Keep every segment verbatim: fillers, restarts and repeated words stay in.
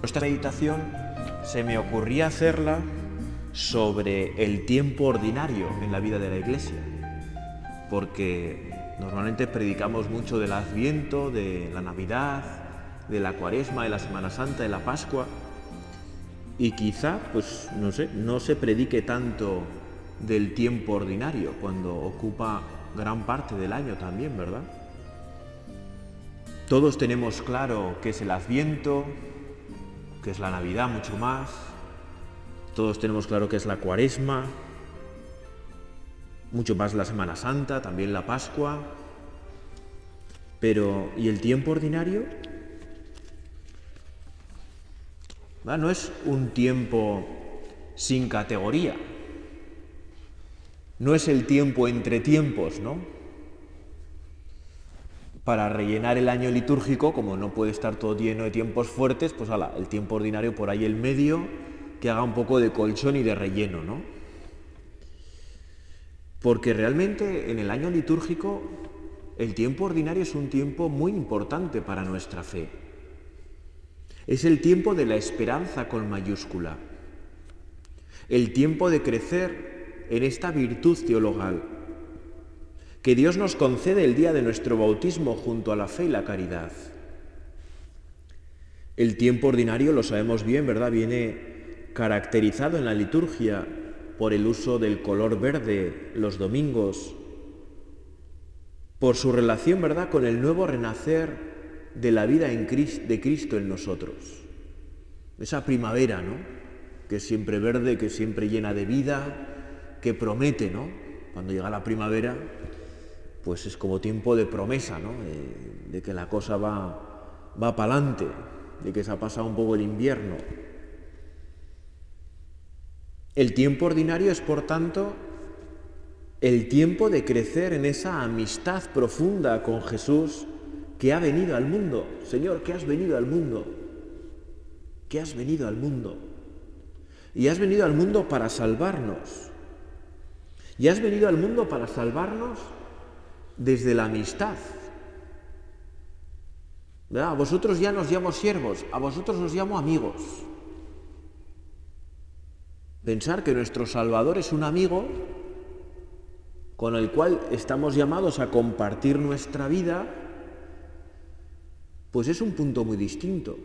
Esta meditación se me ocurría hacerla sobre el tiempo ordinario en la vida de la Iglesia, porque normalmente predicamos mucho del Adviento, de la Navidad, de la Cuaresma, de la Semana Santa, de la Pascua, y quizá, pues no sé, no se predique tanto del tiempo ordinario, cuando ocupa gran parte del año también, ¿verdad? Todos tenemos claro qué es el Adviento, qué es la Navidad mucho más, todos tenemos claro qué es la Cuaresma, mucho más la Semana Santa, también la Pascua, pero ¿y el tiempo ordinario? No es un tiempo sin categoría, no es el tiempo entre tiempos, ¿no? Para rellenar el año litúrgico, como no puede estar todo lleno de tiempos fuertes, pues ala, el tiempo ordinario por ahí el medio, que haga un poco de colchón y de relleno, ¿no? Porque realmente en el año litúrgico el tiempo ordinario es un tiempo muy importante para nuestra fe. Es el tiempo de la esperanza con mayúscula, el tiempo de crecer en esta virtud teologal que Dios nos concede el día de nuestro bautismo junto a la fe y la caridad. El tiempo ordinario, lo sabemos bien, ¿verdad?, viene caracterizado en la liturgia por el uso del color verde los domingos, por su relación, ¿verdad?, con el nuevo renacer de la vida en Cristo, de Cristo en nosotros. Esa primavera, ¿no?, que es siempre verde, que es siempre llena de vida, que promete, ¿no? Cuando llega la primavera, pues es como tiempo de promesa, ¿no?, de, de que la cosa va, va para adelante, de que se ha pasado un poco el invierno. El tiempo ordinario es, por tanto, el tiempo de crecer en esa amistad profunda con Jesús que ha venido al mundo. Señor, que has venido al mundo, que has venido al mundo. Y has venido al mundo para salvarnos. Y has venido al mundo para salvarnos desde la amistad. ¿Verdad? A vosotros ya no os llamo siervos, a vosotros os llamo amigos. Pensar que nuestro Salvador es un amigo con el cual estamos llamados a compartir nuestra vida, pues es un punto muy distinto,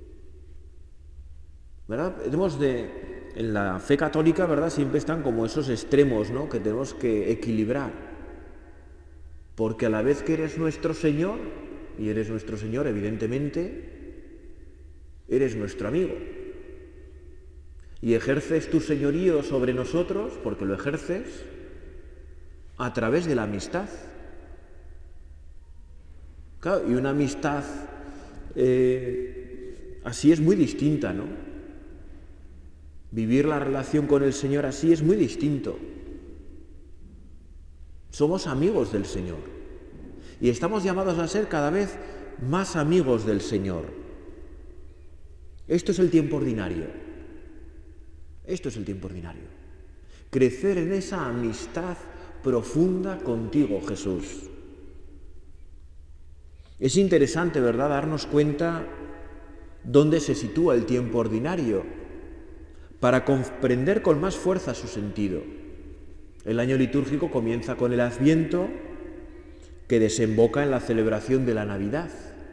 ¿verdad? Tenemos de, en la fe católica, ¿verdad?, siempre están como esos extremos, ¿no?, que tenemos que equilibrar, porque a la vez que eres nuestro Señor, y eres nuestro Señor, evidentemente, eres nuestro amigo, y ejerces tu señorío sobre nosotros, porque lo ejerces a través de la amistad. Claro, y una amistad eh, así es muy distinta, ¿no? Vivir la relación con el Señor así es muy distinto. Somos amigos del Señor y estamos llamados a ser cada vez más amigos del Señor. Esto es el tiempo ordinario. Esto es el tiempo ordinario. Crecer en esa amistad profunda contigo, Jesús. Es interesante, ¿verdad?, darnos cuenta dónde se sitúa el tiempo ordinario para comprender con más fuerza su sentido. El año litúrgico comienza con el Adviento, que desemboca en la celebración de la Navidad.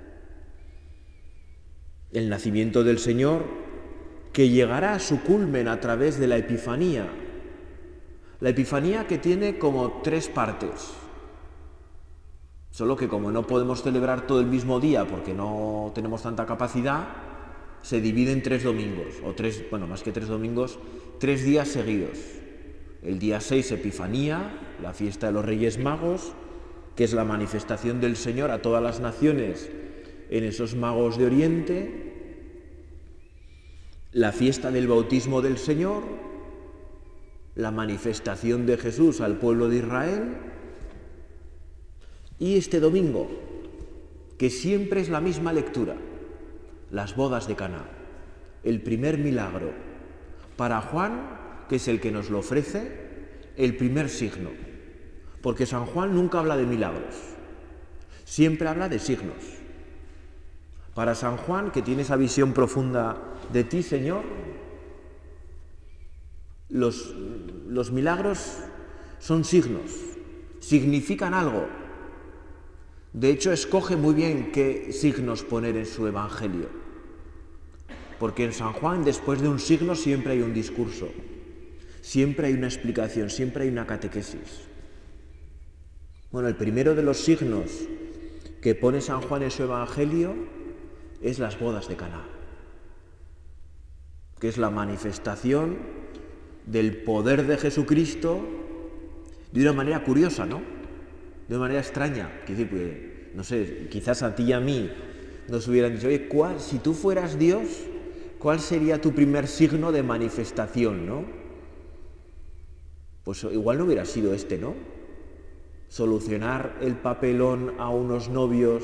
El nacimiento del Señor, que llegará a su culmen a través de la Epifanía. La Epifanía, que tiene como tres partes. Solo que como no podemos celebrar todo el mismo día porque no tenemos tanta capacidad, se divide en tres domingos, o tres, bueno, más que tres domingos, tres días seguidos. El día seis, Epifanía, la fiesta de los Reyes Magos, que es la manifestación del Señor a todas las naciones en esos magos de Oriente. La fiesta del bautismo del Señor, la manifestación de Jesús al pueblo de Israel, y este domingo, que siempre es la misma lectura, las bodas de Caná, el primer milagro. Para Juan, que es el que nos lo ofrece, el primer signo, porque San Juan nunca habla de milagros, siempre habla de signos. Para San Juan, que tiene esa visión profunda de ti, Señor. Los, los milagros son signos, significan algo. De hecho, escoge muy bien qué signos poner en su evangelio. Porque en San Juan, después de un signo, siempre hay un discurso, siempre hay una explicación, siempre hay una catequesis. Bueno, el primero de los signos que pone San Juan en su evangelio es las bodas de Caná, que es la manifestación del poder de Jesucristo de una manera curiosa, ¿no? De una manera extraña. Quiero decir, pues, no sé, quizás a ti y a mí nos hubieran dicho, oye, ¿cuál, si tú fueras Dios, ¿cuál sería tu primer signo de manifestación, no? Pues igual no hubiera sido este, ¿no? Solucionar el papelón a unos novios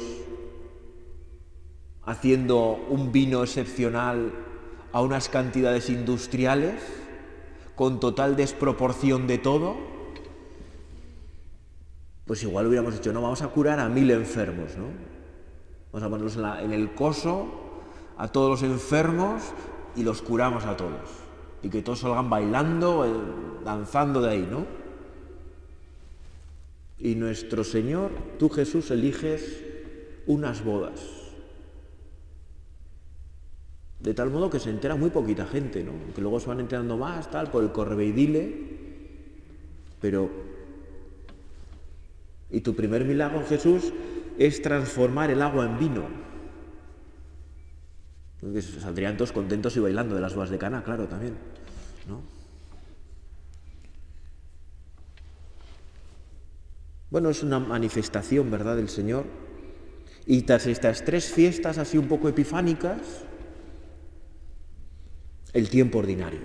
haciendo un vino excepcional a unas cantidades industriales, con total desproporción de todo. Pues igual hubiéramos dicho, no, vamos a curar a mil enfermos, ¿no? Vamos a ponerlos en, la, en el coso a todos los enfermos y los curamos a todos. Y que todos salgan bailando, eh, danzando de ahí, ¿no? Y nuestro Señor, tú Jesús, eliges unas bodas. De tal modo que se entera muy poquita gente, ¿no? Que luego se van enterando más, tal, por el correveidile. Pero... Y tu primer milagro, Jesús, es transformar el agua en vino. Saldrían todos contentos y bailando de las bodas de Caná, claro, también, ¿no? Bueno, es una manifestación, ¿verdad?, del Señor. Y tras estas tres fiestas así un poco epifánicas, el tiempo ordinario.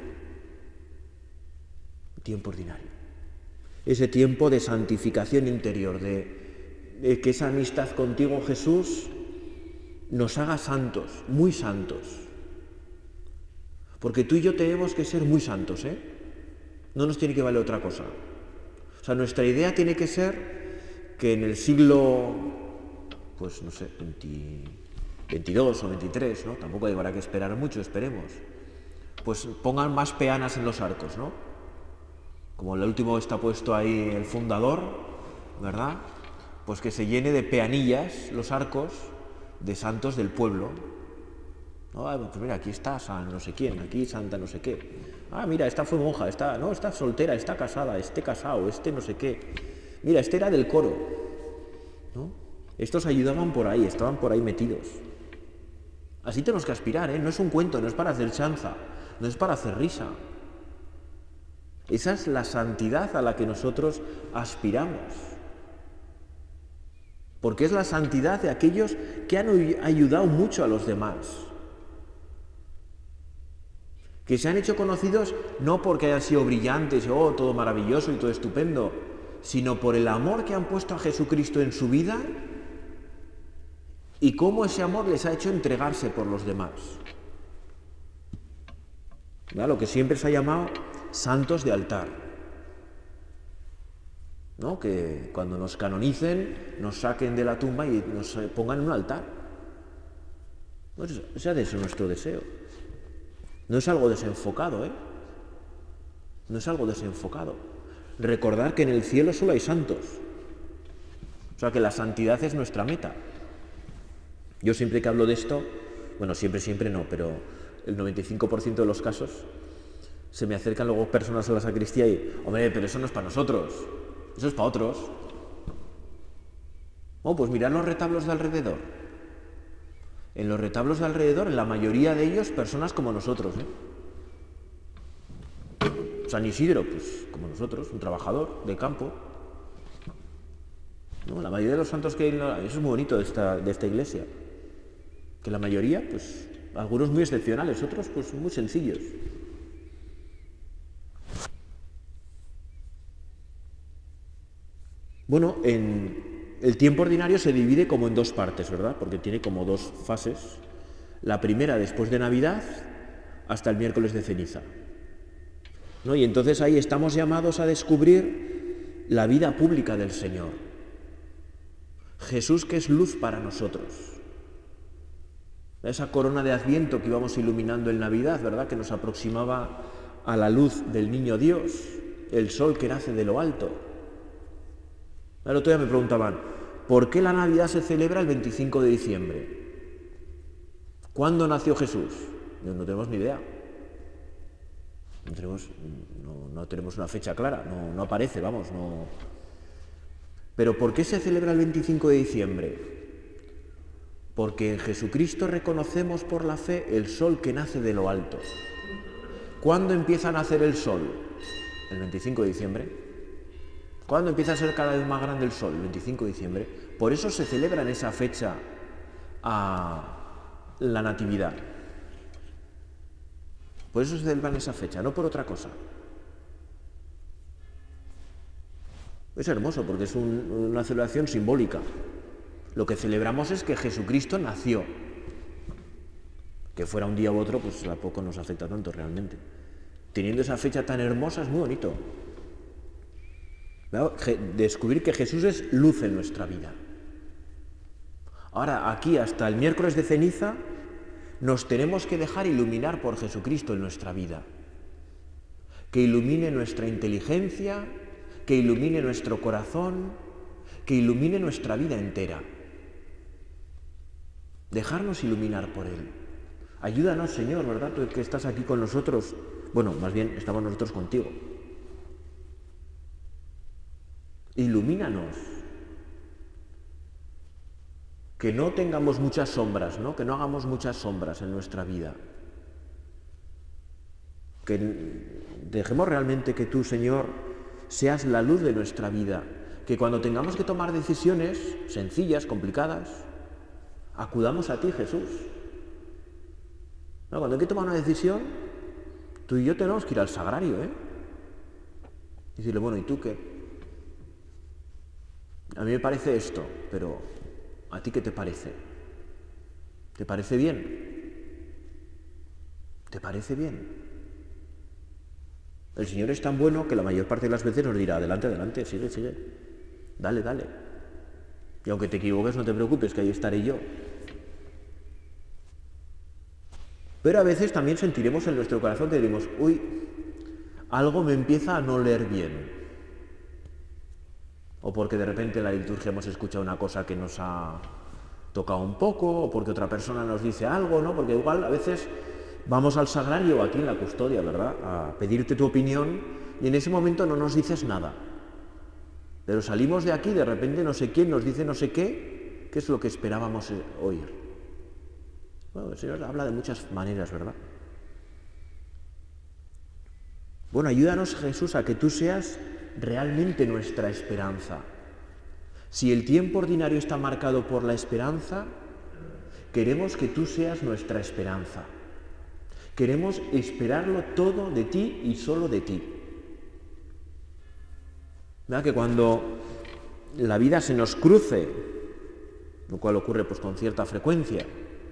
El tiempo ordinario. Ese tiempo de santificación interior, de, de que esa amistad contigo, Jesús, nos haga santos, muy santos. Porque tú y yo tenemos que ser muy santos, ¿eh? No nos tiene que valer otra cosa. O sea, nuestra idea tiene que ser que en el siglo, pues no sé, veintidós o veintitrés, ¿no? Tampoco habrá que esperar mucho, esperemos. Pues pongan más peanas en los arcos, ¿no? Como el último está puesto ahí el fundador, ¿verdad? Pues que se llene de peanillas los arcos de santos del pueblo. No, pues mira, aquí está San no sé quién, aquí Santa no sé qué. Ah, mira, esta fue monja, esta, no, está soltera, está casada, este casado, este no sé qué. Mira, este era del coro, ¿no? Estos ayudaban por ahí, estaban por ahí metidos. Así tenemos que aspirar, ¿eh? No es un cuento, no es para hacer chanza, no es para hacer risa. Esa es la santidad a la que nosotros aspiramos. Porque es la santidad de aquellos que han ayudado mucho a los demás. Que se han hecho conocidos no porque hayan sido brillantes, oh, todo maravilloso y todo estupendo, sino por el amor que han puesto a Jesucristo en su vida y cómo ese amor les ha hecho entregarse por los demás. ¿Verdad? Lo que siempre se ha llamado santos de altar, ¿no? Que cuando nos canonicen nos saquen de la tumba y nos pongan en un altar. No es, o sea, de eso es nuestro deseo. No es algo desenfocado, ¿eh? No es algo desenfocado. Recordar que en el cielo solo hay santos. O sea, que la santidad es nuestra meta. Yo siempre que hablo de esto, bueno, siempre, siempre no, pero el noventa y cinco por ciento de los casos se me acercan luego personas a la sacristía y, hombre, pero eso no es para nosotros, eso es para otros. Oh, pues mirad los retablos de alrededor. En los retablos de alrededor, en la mayoría de ellos, personas como nosotros, ¿eh? San Isidro, pues como nosotros, un trabajador de campo. ¿No? La mayoría de los santos que hay, eso es muy bonito de esta, de esta iglesia. Que la mayoría, pues, algunos muy excepcionales, otros, pues, muy sencillos. Bueno, en el tiempo ordinario se divide como en dos partes, ¿verdad? Porque tiene como dos fases. La primera después de Navidad hasta el miércoles de ceniza, ¿no? Y entonces ahí estamos llamados a descubrir la vida pública del Señor. Jesús, que es luz para nosotros. Esa corona de Adviento que íbamos iluminando en Navidad, ¿verdad?, que nos aproximaba a la luz del niño Dios, el sol que nace de lo alto. El otro día me preguntaban, ¿por qué la Navidad se celebra el veinticinco de diciembre? ¿Cuándo nació Jesús? No, no tenemos ni idea. No tenemos, no, no tenemos una fecha clara, no, no aparece, vamos, no. Pero ¿por qué se celebra el veinticinco de diciembre? Porque en Jesucristo reconocemos por la fe el sol que nace de lo alto. ¿Cuándo empieza a nacer el sol? El veinticinco de diciembre. ¿Cuándo empieza a ser cada vez más grande el sol? El veinticinco de diciembre. Por eso se celebra en esa fecha a la Natividad. Por eso se celebra en esa fecha, no por otra cosa. Es hermoso porque es un, una celebración simbólica. Lo que celebramos es que Jesucristo nació. Que fuera un día u otro, pues tampoco nos afecta tanto realmente. Teniendo esa fecha tan hermosa es muy bonito. Descubrir que Jesús es luz en nuestra vida. Ahora, aquí hasta el miércoles de ceniza, nos tenemos que dejar iluminar por Jesucristo en nuestra vida. Que ilumine nuestra inteligencia, que ilumine nuestro corazón, que ilumine nuestra vida entera. Dejarnos iluminar por Él. Ayúdanos, Señor, ¿verdad? Tú que estás aquí con nosotros. Bueno, más bien, estamos nosotros contigo. Ilumínanos. Que no tengamos muchas sombras, ¿no? Que no hagamos muchas sombras en nuestra vida. Que dejemos realmente que tú, Señor, seas la luz de nuestra vida. Que cuando tengamos que tomar decisiones sencillas, complicadas, acudamos a ti, Jesús. No, cuando hay que tomar una decisión, tú y yo tenemos que ir al sagrario, ¿eh? Y decirle, bueno, ¿y tú qué? A mí me parece esto, pero ¿a ti qué te parece? ¿Te parece bien? ¿Te parece bien? El Señor es tan bueno que la mayor parte de las veces nos dirá, adelante, adelante, sigue, sigue. Dale, dale. Y aunque te equivoques, no te preocupes, que ahí estaré yo. Pero a veces también sentiremos en nuestro corazón que diremos, uy, algo me empieza a no leer bien. O porque de repente en la liturgia hemos escuchado una cosa que nos ha tocado un poco, o porque otra persona nos dice algo, ¿no? Porque igual a veces vamos al sagrario aquí en la custodia, ¿verdad?, a pedirte tu opinión y en ese momento no nos dices nada. Pero salimos de aquí, de repente no sé quién nos dice no sé qué, ¿qué es lo que esperábamos oír? Bueno, el Señor habla de muchas maneras, ¿verdad? Bueno, ayúdanos, Jesús, a que tú seas realmente nuestra esperanza. Si el tiempo ordinario está marcado por la esperanza, queremos que tú seas nuestra esperanza. Queremos esperarlo todo de ti y solo de ti. ¿Verdad? Que cuando la vida se nos cruce, lo cual ocurre pues con cierta frecuencia,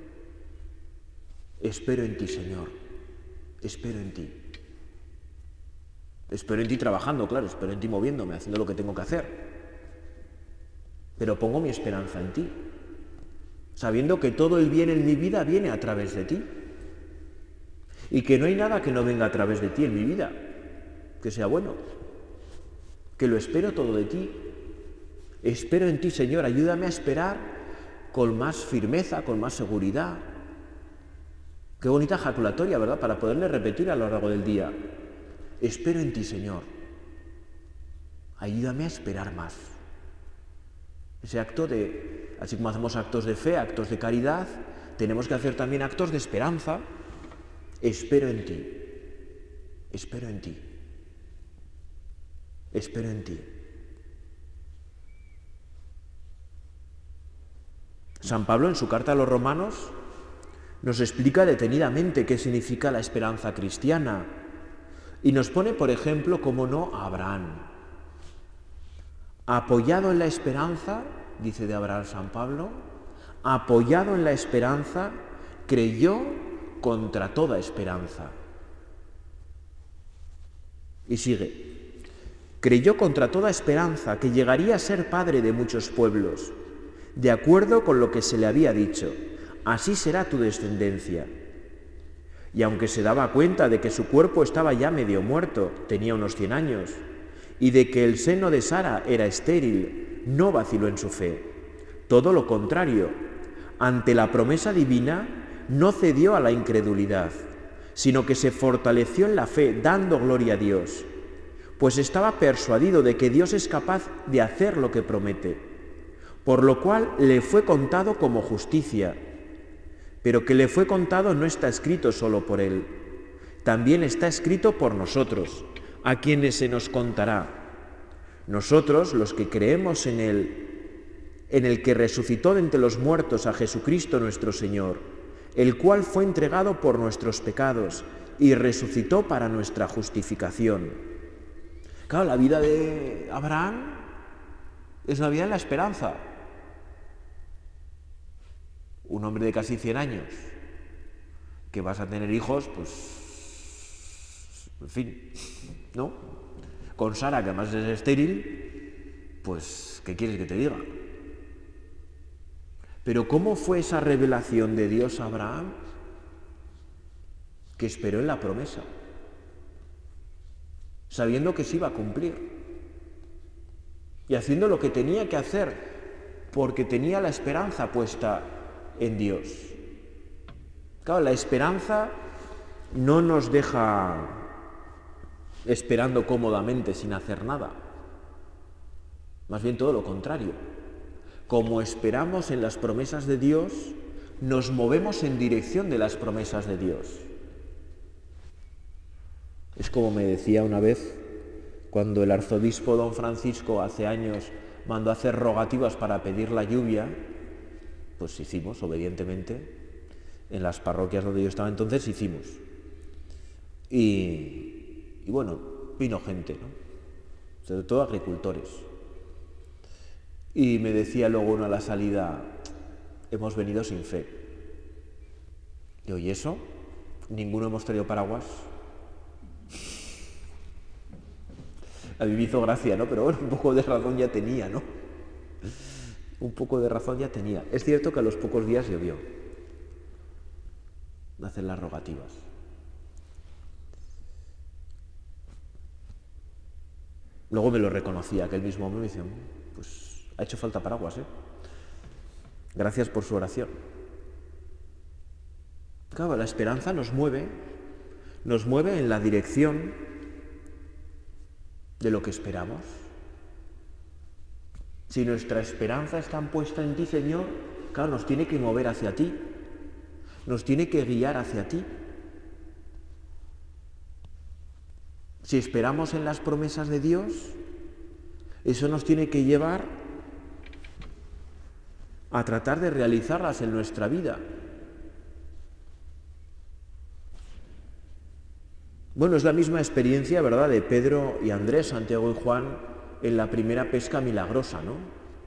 espero en ti, Señor, espero en ti. Espero en ti trabajando, claro, espero en ti moviéndome, haciendo lo que tengo que hacer. Pero pongo mi esperanza en ti, sabiendo que todo el bien en mi vida viene a través de ti. Y que no hay nada que no venga a través de ti en mi vida, que sea bueno. Que lo espero todo de ti. Espero en ti, Señor, ayúdame a esperar con más firmeza, con más seguridad. Qué bonita ejaculatoria, ¿verdad?, para poderle repetir a lo largo del día. Espero en ti, Señor. Ayúdame a esperar más. Ese acto de, así como hacemos actos de fe, actos de caridad, tenemos que hacer también actos de esperanza. Espero en ti. Espero en ti. Espero en ti. San Pablo, en su carta a los Romanos, nos explica detenidamente qué significa la esperanza cristiana. Y nos pone, por ejemplo, como no, a Abraham. Apoyado en la esperanza, dice de Abraham San Pablo, apoyado en la esperanza, creyó contra toda esperanza. Y sigue. Creyó contra toda esperanza que llegaría a ser padre de muchos pueblos, de acuerdo con lo que se le había dicho. así será tu descendencia. Y aunque se daba cuenta de que su cuerpo estaba ya medio muerto, tenía unos cien años, y de que el seno de Sara era estéril, no vaciló en su fe. Todo lo contrario, ante la promesa divina, no cedió a la incredulidad, sino que se fortaleció en la fe, dando gloria a Dios, pues estaba persuadido de que Dios es capaz de hacer lo que promete, por lo cual le fue contado como justicia. Pero que le fue contado no está escrito solo por él, también está escrito por nosotros, a quienes se nos contará. Nosotros, los que creemos en él, en el que resucitó de entre los muertos a Jesucristo nuestro Señor, el cual fue entregado por nuestros pecados y resucitó para nuestra justificación. Claro, la vida de Abraham es la vida en la esperanza. Un hombre de casi cien años, que vas a tener hijos, pues, en fin, ¿no? Con Sara, que además es estéril, pues, ¿qué quieres que te diga? Pero ¿cómo fue esa revelación de Dios a Abraham? Que esperó en la promesa, sabiendo que se iba a cumplir, y haciendo lo que tenía que hacer, porque tenía la esperanza puesta en Dios. Claro, la esperanza no nos deja esperando cómodamente sin hacer nada. Más bien todo lo contrario. Como esperamos en las promesas de Dios, nos movemos en dirección de las promesas de Dios. Es como me decía una vez, cuando el arzobispo don Francisco hace años mandó hacer rogativas para pedir la lluvia, pues hicimos, obedientemente, en las parroquias donde yo estaba entonces, hicimos. Y, y bueno, vino gente, ¿no? Sobre todo agricultores. Y me decía luego uno a la salida, hemos venido sin fe. Y oye, ¿eso? ¿Ninguno hemos traído paraguas? A mí me hizo gracia, ¿no? Pero bueno, un poco de razón ya tenía, ¿no? Un poco de razón ya tenía. Es cierto que a los pocos días llovió. Hacen las rogativas. Luego me lo reconocía, aquel mismo hombre me decía, pues ha hecho falta paraguas, ¿eh? Gracias por su oración. Claro, la esperanza nos mueve, nos mueve en la dirección de lo que esperamos. Si nuestra esperanza está puesta en ti, Señor, claro, nos tiene que mover hacia ti, nos tiene que guiar hacia ti. Si esperamos en las promesas de Dios, eso nos tiene que llevar a tratar de realizarlas en nuestra vida. Bueno, es la misma experiencia, ¿verdad?, de Pedro y Andrés, Santiago y Juan, en la primera pesca milagrosa, ¿no?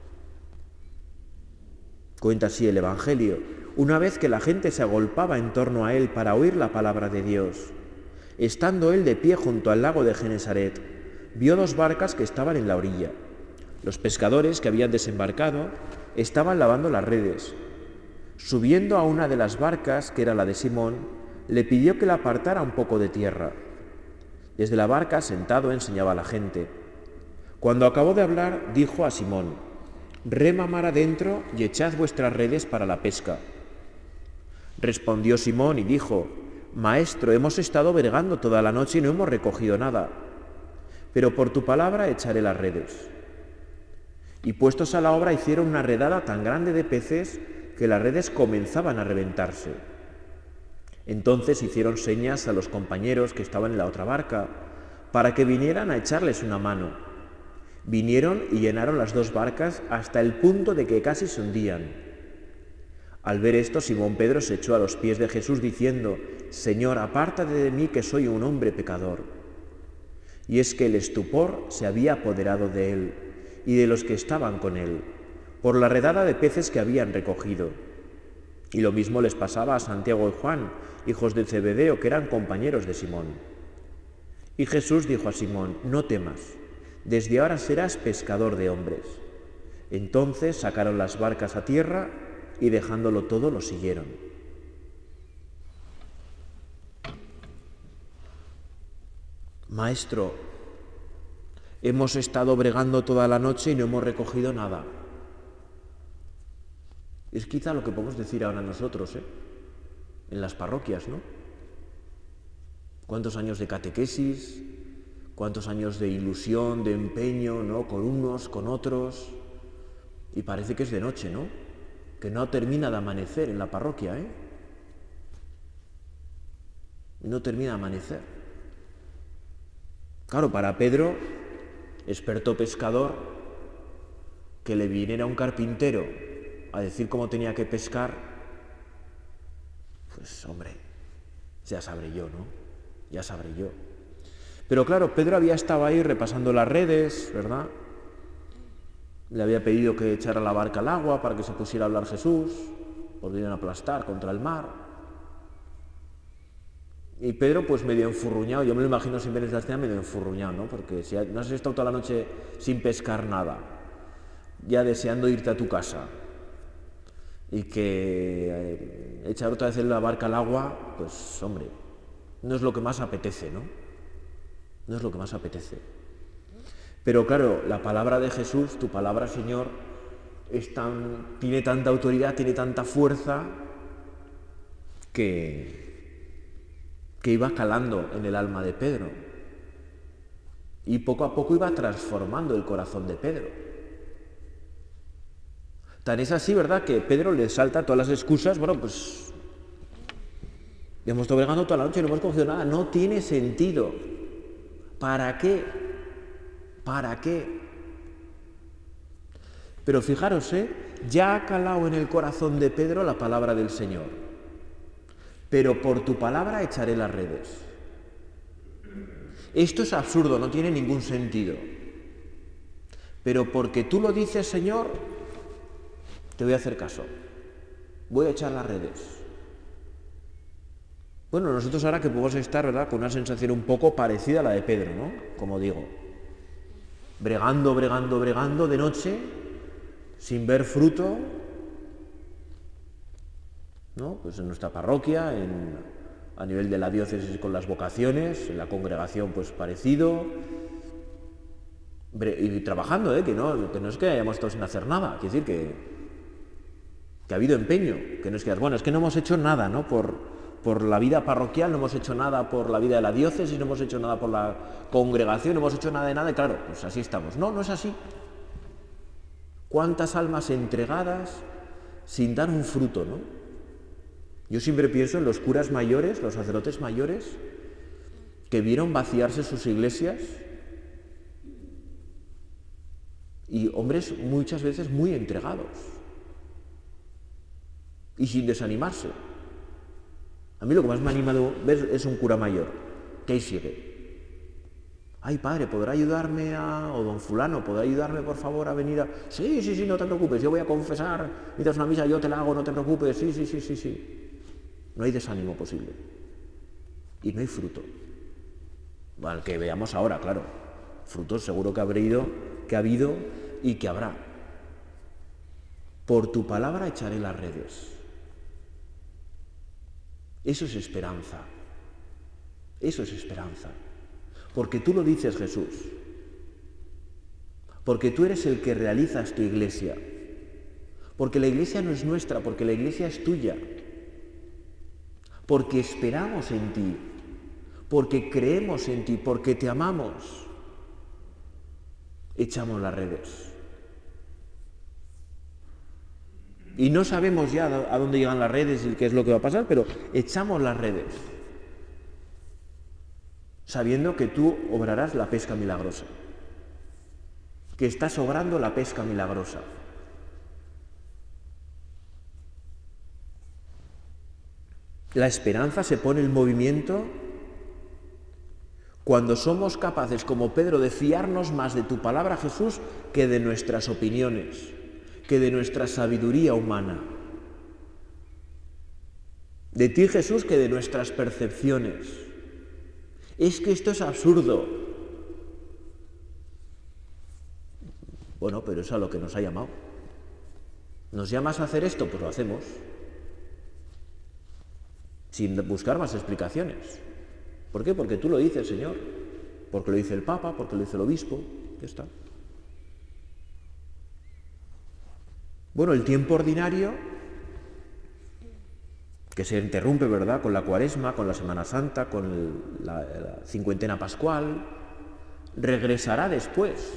Cuenta así el Evangelio. Una vez que la gente se agolpaba en torno a él para oír la palabra de Dios, estando él de pie junto al lago de Genesaret, vio dos barcas que estaban en la orilla. Los pescadores que habían desembarcado estaban lavando las redes. Subiendo a una de las barcas, que era la de Simón, le pidió que la apartara un poco de tierra. Desde la barca, sentado, enseñaba a la gente. Cuando acabó de hablar, dijo a Simón, «Rema mar adentro y echad vuestras redes para la pesca». Respondió Simón y dijo, «Maestro, hemos estado bregando toda la noche y no hemos recogido nada, pero por tu palabra echaré las redes». Y puestos a la obra hicieron una redada tan grande de peces que las redes comenzaban a reventarse. Entonces hicieron señas a los compañeros que estaban en la otra barca para que vinieran a echarles una mano. Vinieron y llenaron las dos barcas hasta el punto de que casi se hundían. Al ver esto, Simón Pedro se echó a los pies de Jesús diciendo, «Señor, apártate de mí que soy un hombre pecador». Y es que el estupor se había apoderado de él y de los que estaban con él, por la redada de peces que habían recogido. Y lo mismo les pasaba a Santiago y Juan, hijos de Zebedeo, que eran compañeros de Simón. Y Jesús dijo a Simón, «No temas, desde ahora serás pescador de hombres». Entonces sacaron las barcas a tierra y dejándolo todo lo siguieron. Maestro, hemos estado bregando toda la noche y no hemos recogido nada. Es quizá lo que podemos decir ahora nosotros, ¿eh? En las parroquias, ¿no? ¿Cuántos años de catequesis? ¿Cuántos años de ilusión, de empeño, ¿no? Con unos, con otros. Y parece que es de noche, ¿no? Que no termina de amanecer en la parroquia, ¿eh? No termina de amanecer. Claro, para Pedro, experto pescador, que le viniera un carpintero a decir cómo tenía que pescar, pues hombre, ya sabré yo, ¿no? Ya sabré yo. Pero claro, Pedro había estado ahí repasando las redes, ¿verdad? Le había pedido que echara la barca al agua para que se pusiera a hablar Jesús, podrían aplastar contra el mar. Y Pedro, pues medio enfurruñado, yo me lo imagino sin ver esa escena, medio enfurruñado, ¿no? Porque si no has estado toda la noche sin pescar nada, ya deseando irte a tu casa, y que eh, echar otra vez la barca al agua, pues hombre, no es lo que más apetece, ¿no? No es lo que más apetece. Pero claro, la palabra de Jesús, tu palabra, Señor, es tan, tiene tanta autoridad, tiene tanta fuerza, que, que iba calando en el alma de Pedro. Y poco a poco iba transformando el corazón de Pedro. Tan es así, ¿verdad?, que Pedro le salta todas las excusas. Bueno, pues hemos estado bregando toda la noche y no hemos cogido nada. No tiene sentido. ¿Para qué? ¿Para qué? Pero fijaros, ¿eh? Ya ha calado en el corazón de Pedro la palabra del Señor. Pero por tu palabra echaré las redes. Esto es absurdo, no tiene ningún sentido. Pero porque tú lo dices, Señor, te voy a hacer caso. Voy a echar las redes. Bueno, nosotros ahora que podemos estar, ¿verdad?, con una sensación un poco parecida a la de Pedro, ¿no? Como digo, bregando, bregando, bregando de noche, sin ver fruto, ¿no? Pues en nuestra parroquia, en, a nivel de la diócesis con las vocaciones, en la congregación pues parecido, y trabajando, ¿eh? Que no, que no es que hayamos estado sin hacer nada, quiere decir que, que ha habido empeño, que no es que, bueno, es que no hemos hecho nada, ¿no? Por... Por la vida parroquial, no hemos hecho nada por la vida de la diócesis, no hemos hecho nada por la congregación, no hemos hecho nada de nada, y claro, pues así estamos. No, no es así. ¿Cuántas almas entregadas sin dar un fruto, no? Yo siempre pienso en los curas mayores, los sacerdotes mayores, que vieron vaciarse sus iglesias, y hombres muchas veces muy entregados, y sin desanimarse. A mí lo que más me ha animado ver es un cura mayor, que ahí sigue. Ay, padre, ¿podrá ayudarme a...? O don fulano, ¿podrá ayudarme, por favor, a venir a...? Sí, sí, sí, no te preocupes, yo voy a confesar, mientras una misa yo te la hago, no te preocupes, sí, sí, sí, sí, sí. No hay desánimo posible. Y no hay fruto. Al que veamos ahora, claro. Frutos seguro que, habrá ido, que ha habido y que habrá. Por tu palabra echaré las redes. Eso es esperanza. Eso es esperanza. Porque tú lo dices, Jesús. Porque tú eres el que realizas tu iglesia. Porque la iglesia no es nuestra, porque la iglesia es tuya. Porque esperamos en ti. Porque creemos en ti, porque te amamos. Echamos las redes. Y no sabemos ya a dónde llegan las redes y qué es lo que va a pasar, pero echamos las redes, sabiendo que tú obrarás la pesca milagrosa, que estás obrando la pesca milagrosa. La esperanza se pone en movimiento cuando somos capaces, como Pedro, de fiarnos más de tu palabra, Jesús, que de nuestras opiniones, que de nuestra sabiduría humana. De ti, Jesús, que de nuestras percepciones. Es que esto es absurdo. Bueno, pero es a lo que nos ha llamado. ¿Nos llamas a hacer esto? Pues lo hacemos. Sin buscar más explicaciones. ¿Por qué? Porque tú lo dices, Señor. Porque lo dice el Papa, porque lo dice el Obispo. Ya está. Bueno, el tiempo ordinario, que se interrumpe, ¿verdad?, con la Cuaresma, con la Semana Santa, con el, la, la cincuentena pascual, regresará después,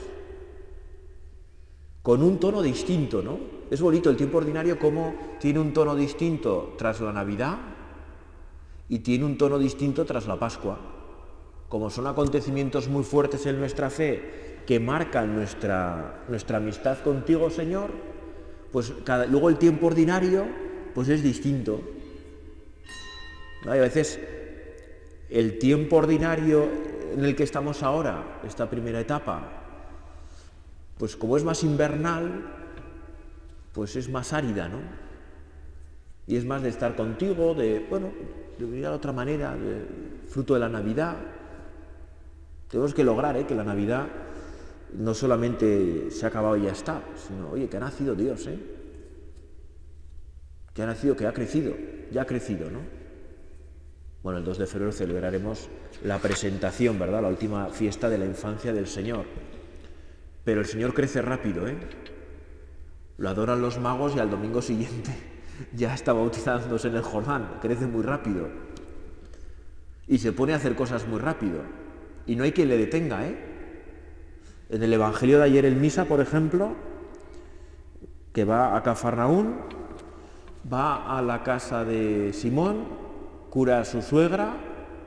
con un tono distinto, ¿no? Es bonito el tiempo ordinario como tiene un tono distinto tras la Navidad y tiene un tono distinto tras la Pascua. Como son acontecimientos muy fuertes en nuestra fe que marcan nuestra, nuestra amistad contigo, Señor, pues cada, luego el tiempo ordinario pues es distinto. ¿No? Y a veces el tiempo ordinario en el que estamos ahora, esta primera etapa, pues como es más invernal, pues es más árida, ¿no? Y es más de estar contigo, de, bueno, de vivir de otra manera, de, fruto de la Navidad. Tenemos que lograr ¿eh? que la Navidad no solamente se ha acabado y ya está, sino, oye, que ha nacido Dios, ¿eh? Que ha nacido, que ha crecido, ya ha crecido, ¿no? Bueno, el dos de febrero celebraremos la presentación, ¿verdad? La última fiesta de la infancia del Señor. Pero el Señor crece rápido, ¿eh? Lo adoran los magos y al domingo siguiente ya está bautizándose en el Jordán, crece muy rápido. Y se pone a hacer cosas muy rápido. Y no hay quien le detenga, ¿eh? En el Evangelio de ayer en misa, por ejemplo, que va a Cafarnaún, va a la casa de Simón, cura a su suegra,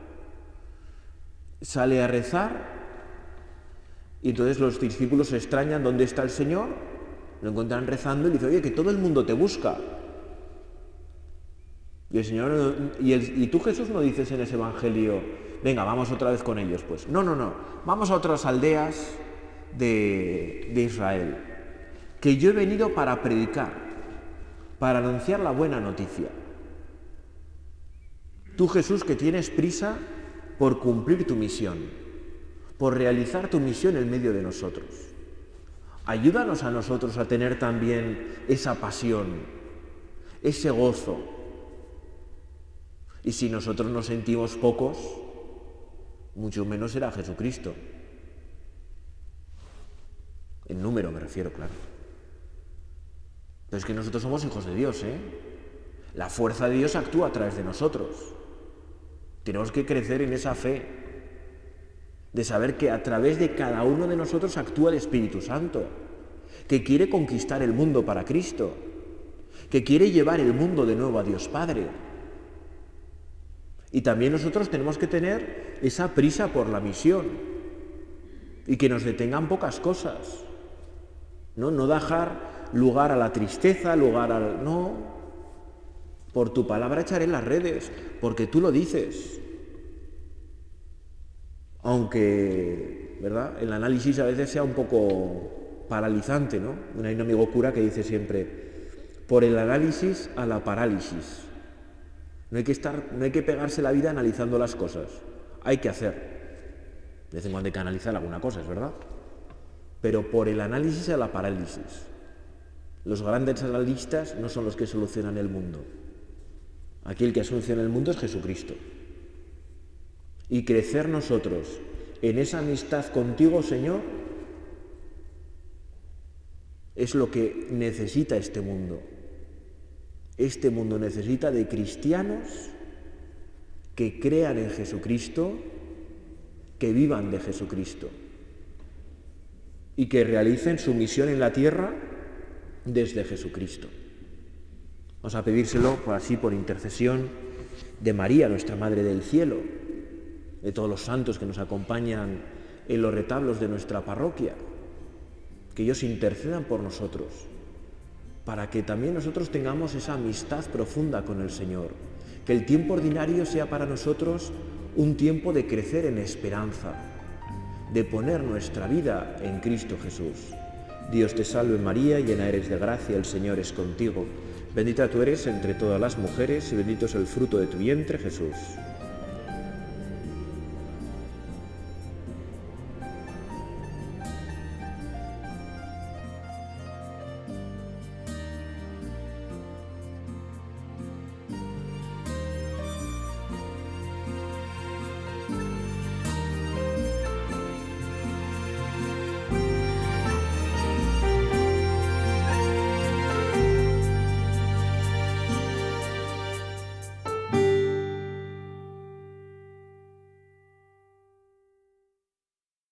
sale a rezar, y entonces los discípulos se extrañan dónde está el Señor, lo encuentran rezando y le dicen, oye, que todo el mundo te busca. Y el Señor, y, el, y tú, Jesús, no dices en ese Evangelio, venga, vamos otra vez con ellos, pues. No, no, no, vamos a otras aldeas de, de Israel, que yo he venido para predicar, para anunciar la buena noticia. Tú, Jesús, que tienes prisa por cumplir tu misión, por realizar tu misión en medio de nosotros. Ayúdanos a nosotros a tener también esa pasión, ese gozo. Y si nosotros nos sentimos pocos, mucho menos será Jesucristo. En número me refiero, claro. Pero es que nosotros somos hijos de Dios, ¿eh? La fuerza de Dios actúa a través de nosotros. Tenemos que crecer en esa fe, de saber que a través de cada uno de nosotros actúa el Espíritu Santo, que quiere conquistar el mundo para Cristo, que quiere llevar el mundo de nuevo a Dios Padre. Y también nosotros tenemos que tener esa prisa por la misión y que nos detengan pocas cosas, ¿no? No dejar lugar a la tristeza, lugar al... No, por tu palabra echaré las redes, porque tú lo dices. Aunque, ¿verdad?, el análisis a veces sea un poco paralizante, ¿no? Hay un amigo cura que dice siempre, por el análisis a la parálisis. No hay que estar, no hay que pegarse la vida analizando las cosas, hay que hacer. De vez en cuando hay que analizar alguna cosa, es verdad. Pero por el análisis a la parálisis. Los grandes analistas no son los que solucionan el mundo. Aquí el que soluciona el mundo es Jesucristo. Y crecer nosotros en esa amistad contigo, Señor, es lo que necesita este mundo. Este mundo necesita de cristianos que crean en Jesucristo, que vivan de Jesucristo y que realicen su misión en la tierra desde Jesucristo. Vamos a pedírselo por así, por intercesión de María, nuestra Madre del Cielo, de todos los santos que nos acompañan en los retablos de nuestra parroquia, que ellos intercedan por nosotros, para que también nosotros tengamos esa amistad profunda con el Señor, que el tiempo ordinario sea para nosotros un tiempo de crecer en esperanza, de poner nuestra vida en Cristo Jesús. Dios te salve María, llena eres de gracia, el Señor es contigo. Bendita tú eres entre todas las mujeres y bendito es el fruto de tu vientre, Jesús.